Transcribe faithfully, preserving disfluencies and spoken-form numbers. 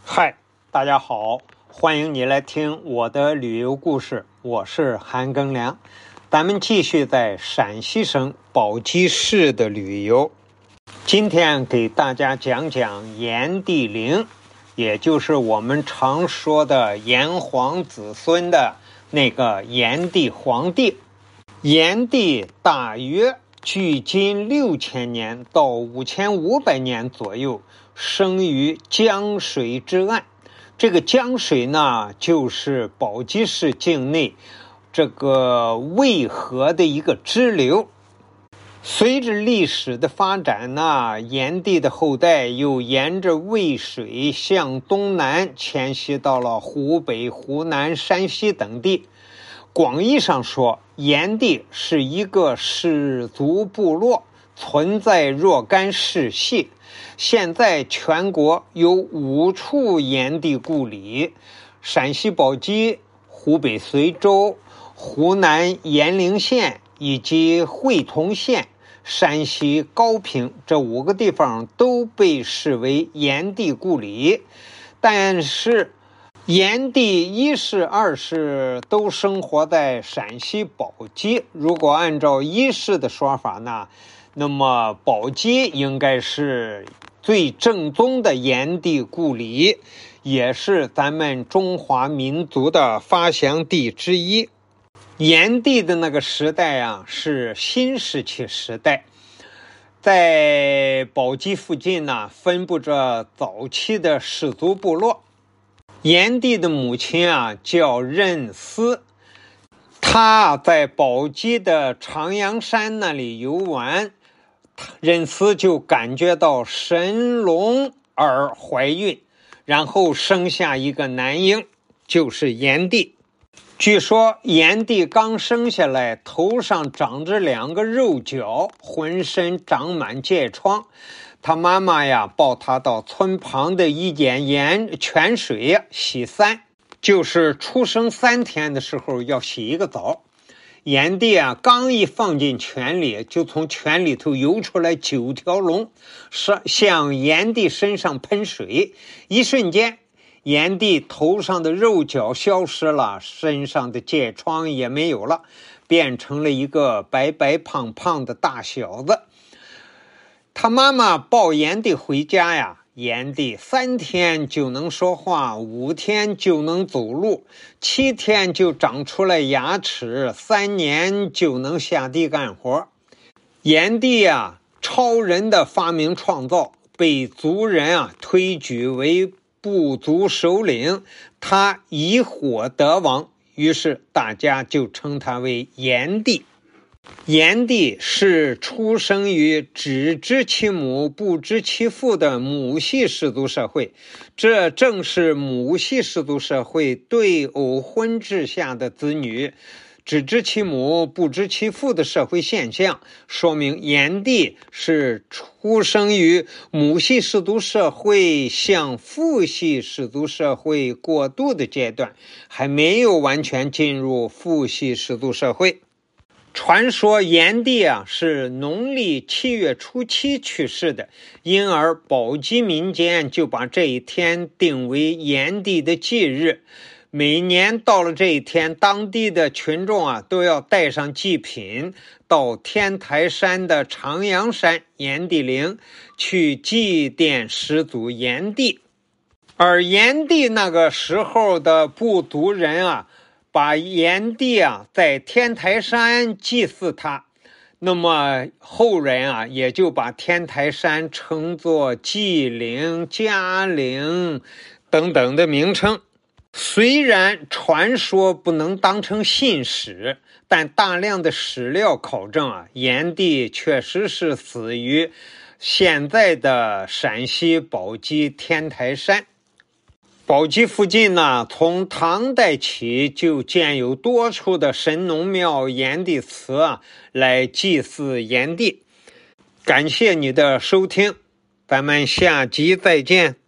嗨，大家好，欢迎你来听我的旅游故事，我是韩庚良。咱们继续在陕西省宝鸡市的旅游。今天给大家讲讲炎帝陵，也就是我们常说的炎黄子孙的那个炎帝皇帝。炎帝大约距今六千年到五千五百年左右，生于江水之岸。这个江水呢，就是宝鸡市境内这个渭河的一个支流。随着历史的发展呢，炎帝的后代又沿着渭水向东南迁徙到了湖北、湖南、山西等地。广义上说，炎帝是一个氏族部落，存在若干世系。现在全国有五处炎帝故里：陕西宝鸡、湖北随州、湖南鄢陵县以及会同县、山西高平，这五个地方都被视为炎帝故里。但是炎帝一世、二世都生活在陕西宝鸡。如果按照一世的说法呢，那么宝鸡应该是最正宗的炎帝故里，也是咱们中华民族的发祥地之一。炎帝的那个时代啊，是新石器时代。在宝鸡附近呢，分布着早期的氏族部落。炎帝的母亲啊叫任思，她在宝鸡的长阳山那里游玩，任思就感觉到神龙而怀孕，然后生下一个男婴，就是炎帝。据说炎帝刚生下来，头上长着两个肉角，浑身长满疥疮。他妈妈呀，抱他到村旁的一间盐泉水呀洗三，就是出生三天的时候要洗一个澡。炎帝啊，刚一放进泉里，就从泉里头游出来九条龙，向炎帝身上喷水。一瞬间，炎帝头上的肉角消失了，身上的疥疮也没有了，变成了一个白白胖胖的大小子。他妈妈抱炎帝回家呀，炎帝三天就能说话，五天就能走路，七天就长出来牙齿，三年就能下地干活。炎帝啊，超人的发明创造，被族人啊推举为部族首领，他以火得王，于是大家就称他为炎帝。炎帝是出生于只知其母不知其父的母系氏族社会，这正是母系氏族社会对偶婚制下的子女只知其母不知其父的社会现象，说明炎帝是出生于母系氏族社会向父系氏族社会过渡的阶段，还没有完全进入父系氏族社会。传说炎帝啊是农历七月初七去世的，因而宝鸡民间就把这一天定为炎帝的忌日。每年到了这一天，当地的群众啊都要带上祭品到天台山的长阳山炎帝陵去祭奠始祖炎帝。而炎帝那个时候的部族人啊，把炎帝啊在天台山祭祀他，那么后人啊也就把天台山称作祭陵、嘉陵等等的名称。虽然传说不能当成信史，但大量的史料考证啊，炎帝确实是死于现在的陕西宝鸡天台山。宝鸡附近呢，从唐代起就建有多处的神农庙、炎帝祠啊，来祭祀炎帝。感谢你的收听，咱们下集再见。